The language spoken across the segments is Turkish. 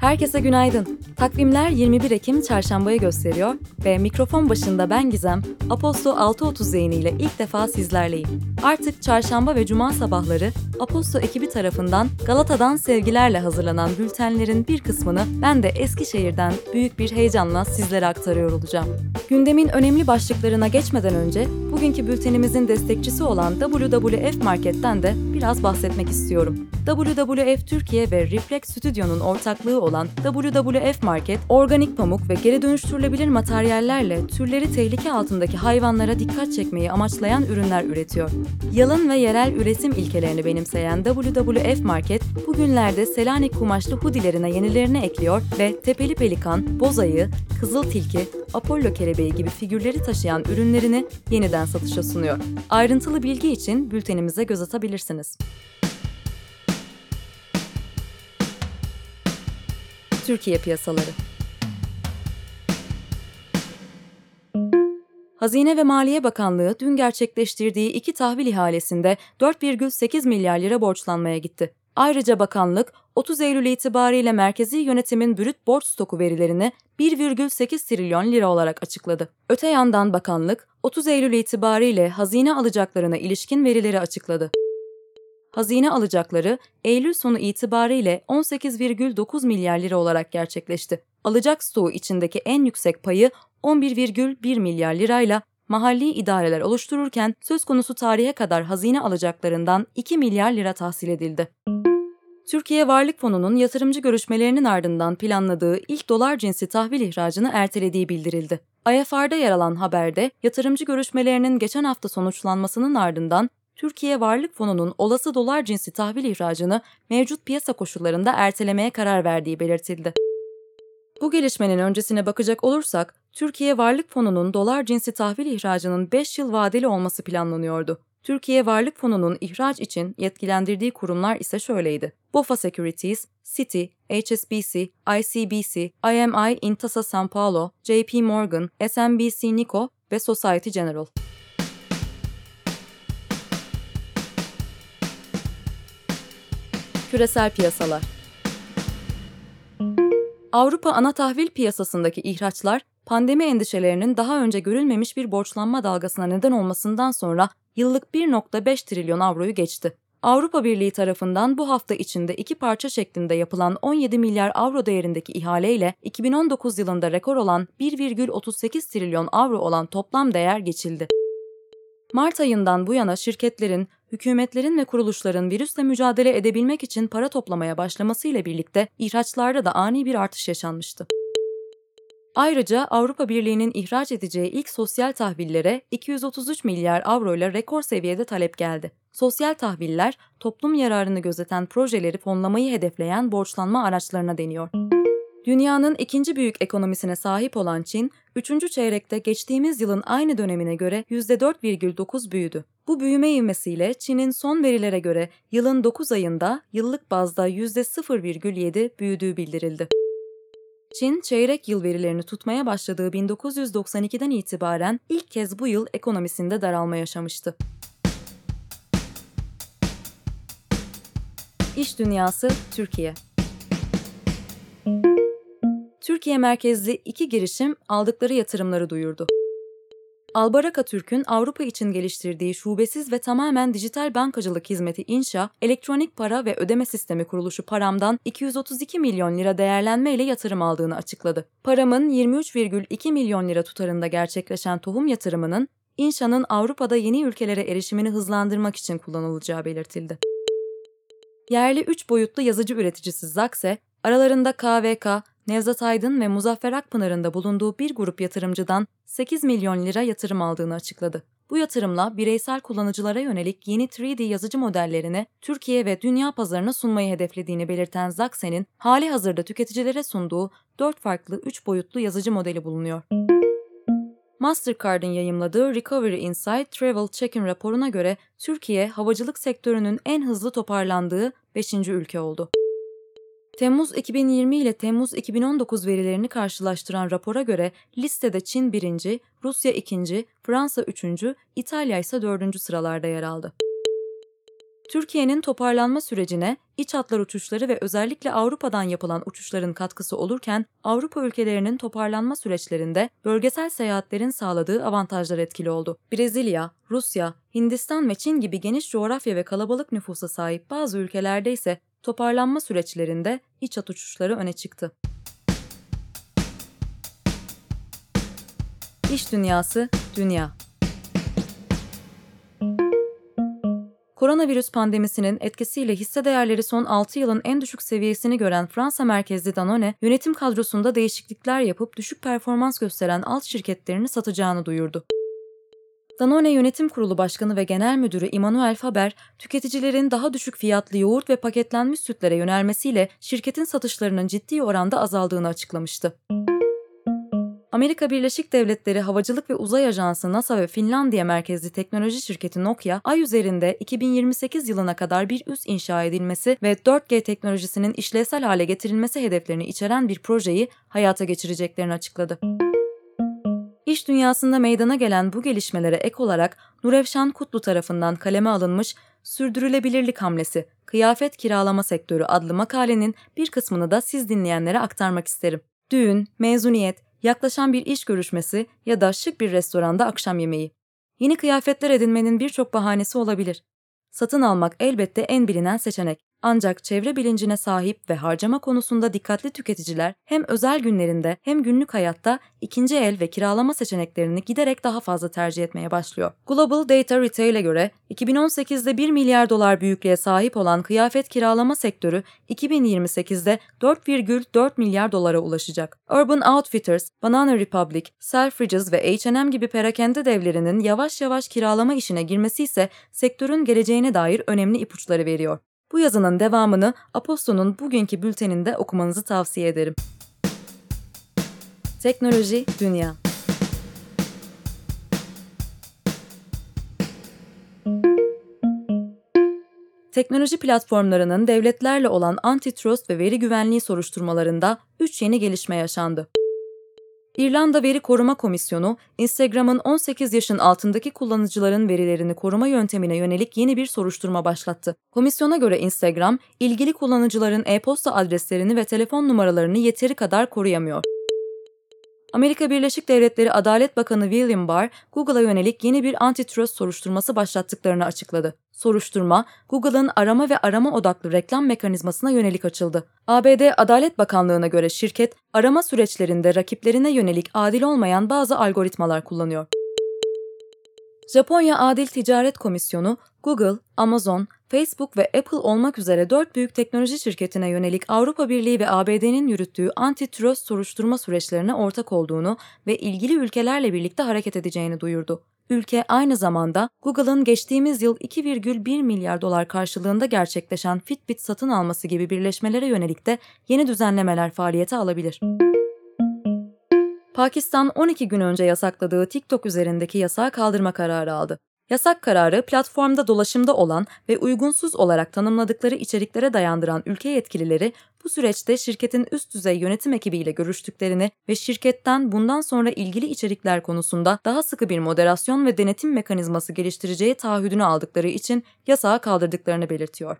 Herkese günaydın. Takvimler 21 Ekim Çarşamba'yı gösteriyor ve mikrofon başında ben Gizem, Aposto 6.30 yayınıyla ilk defa sizlerleyim. Artık çarşamba ve cuma sabahları Aposto ekibi tarafından Galata'dan sevgilerle hazırlanan bültenlerin bir kısmını ben de Eskişehir'den büyük bir heyecanla sizlere aktarıyor olacağım. Gündemin önemli başlıklarına geçmeden önce bugünkü bültenimizin destekçisi olan WWF Market'ten de biraz bahsetmek istiyorum. WWF Türkiye ve Reflex Stüdyo'nun ortaklığı olan WWF Market, organik pamuk ve geri dönüştürülebilir materyallerle türleri tehlike altındaki hayvanlara dikkat çekmeyi amaçlayan ürünler üretiyor. Yalın ve yerel üretim ilkelerini benimseyen WWF Market, bugünlerde Selanik kumaşlı hoodilerine yenilerini ekliyor ve tepeli pelikan, boz ayı, kızıl tilki, Apollo kelebeği gibi figürleri taşıyan ürünlerini yeniden satışa sunuyor. Ayrıntılı bilgi için bültenimize göz atabilirsiniz. Türkiye piyasaları. Hazine ve Maliye Bakanlığı dün gerçekleştirdiği 2 tahvil ihalesinde 4,8 milyar lira borçlanmaya gitti. Ayrıca bakanlık 30 Eylül itibariyle merkezi yönetimin brüt borç stoku verilerini 1,8 trilyon lira olarak açıkladı. Öte yandan bakanlık 30 Eylül itibariyle hazine alacaklarına ilişkin verileri açıkladı. Hazine alacakları Eylül sonu itibariyle 18,9 milyar lira olarak gerçekleşti. Alacak stoğu içindeki en yüksek payı 11,1 milyar lirayla mahalli idareler oluştururken söz konusu tarihe kadar hazine alacaklarından 2 milyar lira tahsil edildi. Türkiye Varlık Fonu'nun yatırımcı görüşmelerinin ardından planladığı ilk dolar cinsi tahvil ihracını ertelediği bildirildi. IFR'da yer alan haberde yatırımcı görüşmelerinin geçen hafta sonuçlanmasının ardından Türkiye Varlık Fonu'nun olası dolar cinsi tahvil ihracını mevcut piyasa koşullarında ertelemeye karar verdiği belirtildi. Bu gelişmenin öncesine bakacak olursak, Türkiye Varlık Fonu'nun dolar cinsi tahvil ihracının 5 yıl vadeli olması planlanıyordu. Türkiye Varlık Fonu'nun ihraç için yetkilendirdiği kurumlar ise şöyleydi: BofA Securities, Citi, HSBC, ICBC, IMI Intesa Sanpaolo, JP Morgan, SMBC Nikko ve Societe Generale. Küresel piyasalar. Avrupa ana tahvil piyasasındaki ihraçlar, pandemi endişelerinin daha önce görülmemiş bir borçlanma dalgasına neden olmasından sonra yıllık 1,5 trilyon avroyu geçti. Avrupa Birliği tarafından bu hafta içinde 2 parça şeklinde yapılan 17 milyar avro değerindeki ihaleyle 2019 yılında rekor olan 1,38 trilyon avro olan toplam değer geçildi. Mart ayından bu yana şirketlerin, hükümetlerin ve kuruluşların virüsle mücadele edebilmek için para toplamaya başlamasıyla birlikte ihraçlarda da ani bir artış yaşanmıştı. Ayrıca Avrupa Birliği'nin ihraç edeceği ilk sosyal tahvillere 233 milyar avro ile rekor seviyede talep geldi. Sosyal tahviller, toplum yararını gözeten projeleri fonlamayı hedefleyen borçlanma araçlarına deniyor. Dünyanın ikinci büyük ekonomisine sahip olan Çin, 3. çeyrekte geçtiğimiz yılın aynı dönemine göre %4,9 büyüdü. Bu büyüme ivmesiyle Çin'in son verilere göre yılın 9 ayında yıllık bazda %0,7 büyüdüğü bildirildi. Çin, çeyrek yıl verilerini tutmaya başladığı 1992'den itibaren ilk kez bu yıl ekonomisinde daralma yaşamıştı. İş dünyası, Türkiye. Türkiye merkezli 2 girişim aldıkları yatırımları duyurdu. Albaraka Türk'ün Avrupa için geliştirdiği şubesiz ve tamamen dijital bankacılık hizmeti İnşa, elektronik para ve ödeme sistemi kuruluşu Param'dan 232 milyon lira değerlenmeyle yatırım aldığını açıkladı. Param'ın 23,2 milyon lira tutarında gerçekleşen tohum yatırımının, İnşa'nın Avrupa'da yeni ülkelere erişimini hızlandırmak için kullanılacağı belirtildi. Yerli 3 boyutlu yazıcı üreticisi Zaxe, aralarında KVK, Nevzat Aydın ve Muzaffer Akpınar'ın da bulunduğu bir grup yatırımcıdan 8 milyon lira yatırım aldığını açıkladı. Bu yatırımla bireysel kullanıcılara yönelik yeni 3D yazıcı modellerini Türkiye ve dünya pazarına sunmayı hedeflediğini belirten Zaxe'nin hali hazırda tüketicilere sunduğu 4 farklı 3 boyutlu yazıcı modeli bulunuyor. Mastercard'ın yayımladığı Recovery Insight Travel Check-in raporuna göre Türkiye, havacılık sektörünün en hızlı toparlandığı 5. ülke oldu. Temmuz 2020 ile Temmuz 2019 verilerini karşılaştıran rapora göre listede Çin 1. Rusya 2. Fransa 3. İtalya ise 4. sıralarda yer aldı. Türkiye'nin toparlanma sürecine iç hatlar uçuşları ve özellikle Avrupa'dan yapılan uçuşların katkısı olurken, Avrupa ülkelerinin toparlanma süreçlerinde bölgesel seyahatlerin sağladığı avantajlar etkili oldu. Brezilya, Rusya, Hindistan ve Çin gibi geniş coğrafya ve kalabalık nüfusa sahip bazı ülkelerde ise toparlanma süreçlerinde iç hat uçuşları öne çıktı. İş dünyası, dünya. Koronavirüs pandemisinin etkisiyle hisse değerleri son 6 yılın en düşük seviyesini gören Fransa merkezli Danone, yönetim kadrosunda değişiklikler yapıp düşük performans gösteren alt şirketlerini satacağını duyurdu. Danone Yönetim Kurulu Başkanı ve Genel Müdürü Emmanuel Faber, tüketicilerin daha düşük fiyatlı yoğurt ve paketlenmiş sütlere yönelmesiyle şirketin satışlarının ciddi oranda azaldığını açıklamıştı. Amerika Birleşik Devletleri Havacılık ve Uzay Ajansı NASA ve Finlandiya merkezli teknoloji şirketi Nokia, Ay üzerinde 2028 yılına kadar bir üs inşa edilmesi ve 4G teknolojisinin işlevsel hale getirilmesi hedeflerini içeren bir projeyi hayata geçireceklerini açıkladı. İş dünyasında meydana gelen bu gelişmelere ek olarak Nurefşan Kutlu tarafından kaleme alınmış Sürdürülebilirlik Hamlesi, Kıyafet Kiralama Sektörü adlı makalenin bir kısmını da siz dinleyenlere aktarmak isterim. Düğün, mezuniyet, yaklaşan bir iş görüşmesi ya da şık bir restoranda akşam yemeği. Yeni kıyafetler edinmenin birçok bahanesi olabilir. Satın almak elbette en bilinen seçenek. Ancak çevre bilincine sahip ve harcama konusunda dikkatli tüketiciler hem özel günlerinde hem günlük hayatta ikinci el ve kiralama seçeneklerini giderek daha fazla tercih etmeye başlıyor. Global Data Retail'e göre 2018'de 1 milyar dolar büyüklüğe sahip olan kıyafet kiralama sektörü 2028'de 4,4 milyar dolara ulaşacak. Urban Outfitters, Banana Republic, Selfridges ve H&M gibi perakende devlerinin yavaş yavaş kiralama işine girmesi ise sektörün geleceğine dair önemli ipuçları veriyor. Bu yazının devamını Aposto'nun bugünkü bülteninde okumanızı tavsiye ederim. Teknoloji, dünya. Teknoloji platformlarının devletlerle olan antitrust ve veri güvenliği soruşturmalarında 3 yeni gelişme yaşandı. İrlanda Veri Koruma Komisyonu, Instagram'ın 18 yaşın altındaki kullanıcıların verilerini koruma yöntemine yönelik yeni bir soruşturma başlattı. Komisyona göre Instagram, ilgili kullanıcıların e-posta adreslerini ve telefon numaralarını yeteri kadar koruyamıyor. Amerika Birleşik Devletleri Adalet Bakanı William Barr, Google'a yönelik yeni bir antitrust soruşturması başlattıklarını açıkladı. Soruşturma, Google'ın arama ve arama odaklı reklam mekanizmasına yönelik açıldı. ABD Adalet Bakanlığı'na göre şirket, arama süreçlerinde rakiplerine yönelik adil olmayan bazı algoritmalar kullanıyor. Japonya Adil Ticaret Komisyonu, Google, Amazon, Facebook ve Apple olmak üzere 4 büyük teknoloji şirketine yönelik Avrupa Birliği ve ABD'nin yürüttüğü antitrust soruşturma süreçlerine ortak olduğunu ve ilgili ülkelerle birlikte hareket edeceğini duyurdu. Ülke aynı zamanda Google'ın geçtiğimiz yıl 2,1 milyar dolar karşılığında gerçekleşen Fitbit satın alması gibi birleşmelere yönelik de yeni düzenlemeler faaliyete alabilir. Pakistan 12 gün önce yasakladığı TikTok üzerindeki yasağı kaldırma kararı aldı. Yasak kararı, platformda dolaşımda olan ve uygunsuz olarak tanımladıkları içeriklere dayandıran ülke yetkilileri bu süreçte şirketin üst düzey yönetim ekibiyle görüştüklerini ve şirketten bundan sonra ilgili içerikler konusunda daha sıkı bir moderasyon ve denetim mekanizması geliştireceği taahhüdünü aldıkları için yasağı kaldırdıklarını belirtiyor.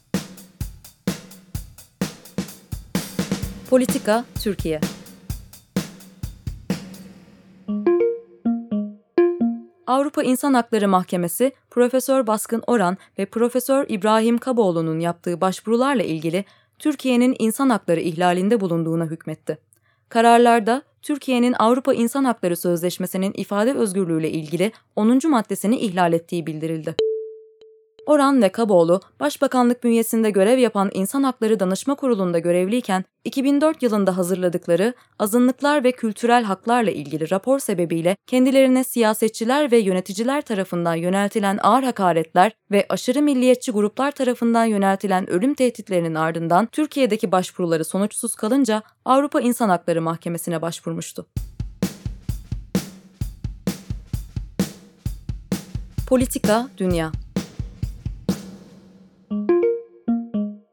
Politika, Türkiye. Avrupa İnsan Hakları Mahkemesi, Profesör Baskın Oran ve Profesör İbrahim Kaboğlu'nun yaptığı başvurularla ilgili Türkiye'nin insan hakları ihlalinde bulunduğuna hükmetti. Kararlarda, Türkiye'nin Avrupa İnsan Hakları Sözleşmesi'nin ifade özgürlüğüyle ilgili 10. maddesini ihlal ettiği bildirildi. Orhan ve Kaboğlu, Başbakanlık bünyesinde görev yapan İnsan Hakları Danışma Kurulu'nda görevliyken 2004 yılında hazırladıkları azınlıklar ve kültürel haklarla ilgili rapor sebebiyle kendilerine siyasetçiler ve yöneticiler tarafından yöneltilen ağır hakaretler ve aşırı milliyetçi gruplar tarafından yöneltilen ölüm tehditlerinin ardından Türkiye'deki başvuruları sonuçsuz kalınca Avrupa İnsan Hakları Mahkemesi'ne başvurmuştu. Politika, dünya.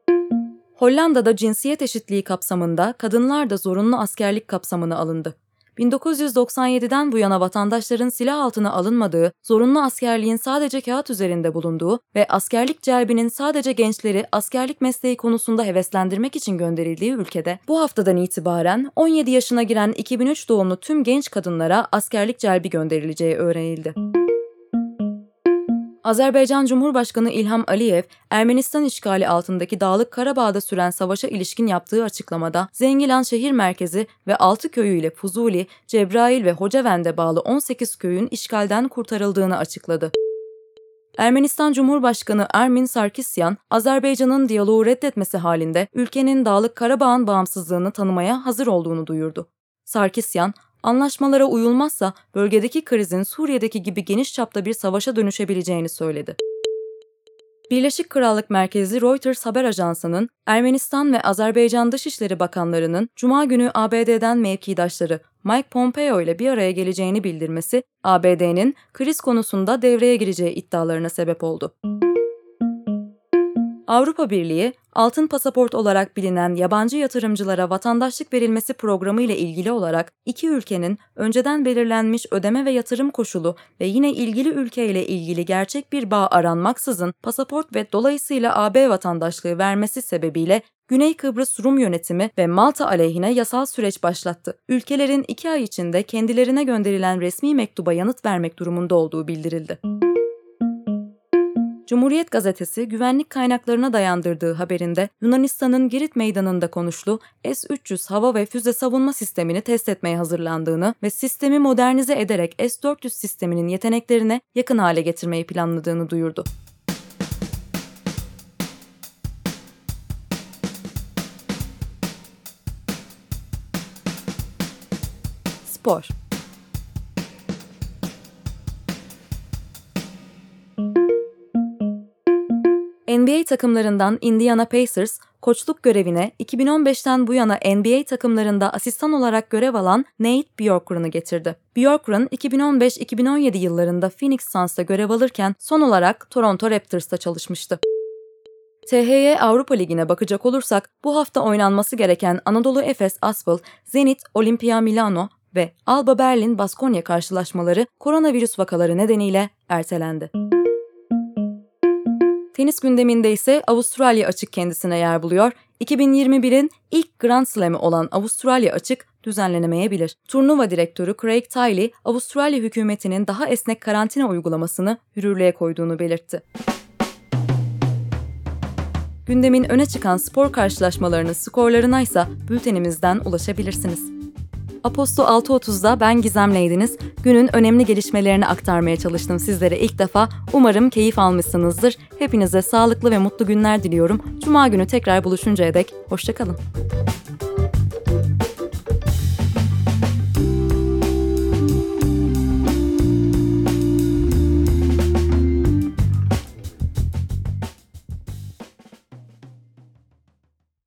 Hollanda'da cinsiyet eşitliği kapsamında kadınlar da zorunlu askerlik kapsamına alındı. 1997'den bu yana vatandaşların silah altına alınmadığı, zorunlu askerliğin sadece kağıt üzerinde bulunduğu ve askerlik celbinin sadece gençleri askerlik mesleği konusunda heveslendirmek için gönderildiği ülkede, bu haftadan itibaren 17 yaşına giren 2003 doğumlu tüm genç kadınlara askerlik celbi gönderileceği öğrenildi. Azerbaycan Cumhurbaşkanı İlham Aliyev, Ermenistan işgali altındaki Dağlık Karabağ'da süren savaşa ilişkin yaptığı açıklamada, Zengilan şehir merkezi ve 6 köyüyle Fuzuli, Cebrail ve Hocavend'e bağlı 18 köyün işgalden kurtarıldığını açıkladı. Ermenistan Cumhurbaşkanı Ermin Sarkisyan, Azerbaycan'ın diyaloğu reddetmesi halinde ülkenin Dağlık Karabağ'ın bağımsızlığını tanımaya hazır olduğunu duyurdu. Sarkisyan, anlaşmalara uyulmazsa bölgedeki krizin Suriye'deki gibi geniş çapta bir savaşa dönüşebileceğini söyledi. Birleşik Krallık merkezli Reuters haber ajansının Ermenistan ve Azerbaycan Dışişleri Bakanlarının Cuma günü ABD'den mevkidaşları Mike Pompeo ile bir araya geleceğini bildirmesi, ABD'nin kriz konusunda devreye gireceği iddialarına sebep oldu. Avrupa Birliği, altın pasaport olarak bilinen yabancı yatırımcılara vatandaşlık verilmesi programı ile ilgili olarak iki ülkenin önceden belirlenmiş ödeme ve yatırım koşulu ve yine ilgili ülke ile ilgili gerçek bir bağ aranmaksızın pasaport ve dolayısıyla AB vatandaşlığı vermesi sebebiyle Güney Kıbrıs Rum yönetimi ve Malta aleyhine yasal süreç başlattı. Ülkelerin 2 ay içinde kendilerine gönderilen resmi mektuba yanıt vermek durumunda olduğu bildirildi. Cumhuriyet gazetesi güvenlik kaynaklarına dayandırdığı haberinde Yunanistan'ın Girit meydanında konuşlu S-300 hava ve füze savunma sistemini test etmeye hazırlandığını ve sistemi modernize ederek S-400 sisteminin yeteneklerine yakın hale getirmeyi planladığını duyurdu. Spor. NBA takımlarından Indiana Pacers, koçluk görevine 2015'ten bu yana NBA takımlarında asistan olarak görev alan Nate Bjorkgren'ı getirdi. Bjorkgren, 2015-2017 yıllarında Phoenix Suns'ta görev alırken son olarak Toronto Raptors'ta çalışmıştı. THY Avrupa Ligi'ne bakacak olursak, bu hafta oynanması gereken Anadolu Efes Asvel, Zenit Olimpia Milano ve Alba Berlin Baskonya karşılaşmaları koronavirüs vakaları nedeniyle ertelendi. Tenis gündeminde ise Avustralya Açık kendisine yer buluyor. 2021'in ilk Grand Slam'ı olan Avustralya Açık düzenlenemeyebilir. Turnuva direktörü Craig Tiley, Avustralya hükümetinin daha esnek karantina uygulamasını yürürlüğe koyduğunu belirtti. Gündemin öne çıkan spor karşılaşmalarının skorlarına ise bültenimizden ulaşabilirsiniz. Aposto 6.30'da ben Gizem Leydiniz. Günün önemli gelişmelerini aktarmaya çalıştım sizlere ilk defa. Umarım keyif almışsınızdır. Hepinize sağlıklı ve mutlu günler diliyorum. Cuma günü tekrar buluşuncaya dek hoşça kalın.